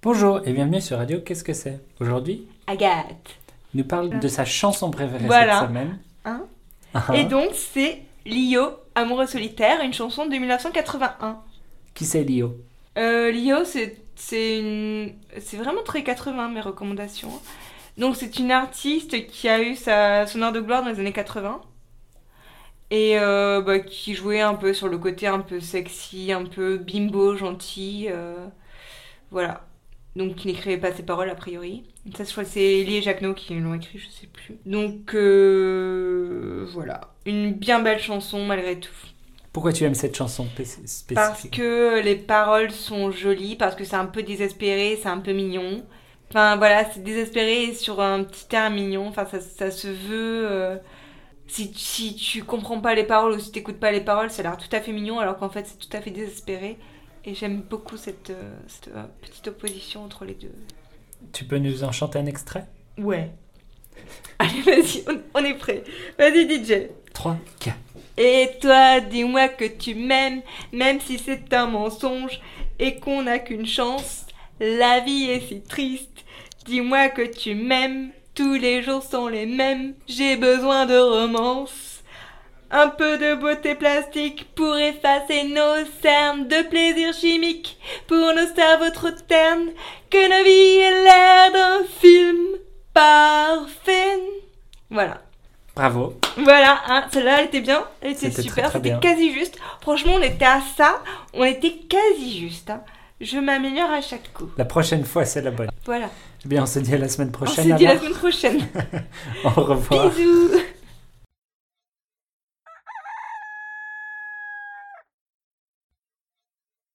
Bonjour et bienvenue sur Radio Qu'est-ce que c'est? Aujourd'hui, Agathe nous parle de sa chanson préférée Voilà. cette semaine. Hein Ah. Et donc c'est Lio, Amoureux solitaire, une chanson de 1981. Qui c'est Lio? Lio, c'est vraiment très 80 mes recommandations. Donc c'est une artiste qui a eu son heure de gloire dans les années 80 et qui jouait un peu sur le côté un peu sexy, un peu bimbo, gentil, voilà. Donc qui n'écrivait pas ses paroles a priori. Ça, je crois que c'est Elie et Jacquenot qui l'ont écrit, je sais plus. Donc voilà, une bien belle chanson malgré tout. Pourquoi tu aimes cette chanson spécifique? Parce que les paroles sont jolies, parce que c'est un peu désespéré, c'est un peu mignon. Enfin voilà, c'est désespéré sur un petit air mignon. Enfin ça se veut. Si tu comprends pas les paroles ou si t'écoutes pas les paroles, ça a l'air tout à fait mignon, alors qu'en fait c'est tout à fait désespéré. Et j'aime beaucoup cette petite opposition entre les deux. Tu peux nous en chanter un extrait? Ouais. Allez, vas-y, on est prêt. Vas-y, DJ. 3, 4. Et toi, dis-moi que tu m'aimes, même si c'est un mensonge et qu'on n'a qu'une chance. La vie est si triste. Dis-moi que tu m'aimes, tous les jours sont les mêmes. J'ai besoin de romance. Un peu de beauté plastique pour effacer nos cernes, de plaisir chimique pour nos cerveaux trop ternes, que nos vies aient l'air d'un film parfait. Voilà. Bravo. Voilà, hein, celle-là elle était bien, elle était C'était super, très c'était bien. quasi juste. Franchement, on était à ça, on était quasi juste. Hein. Je m'améliore à chaque coup. La prochaine fois, c'est la bonne. Voilà. Eh bien, on se dit à la semaine On prochaine. se dit à la alors. semaine prochaine. Au revoir. Bisous.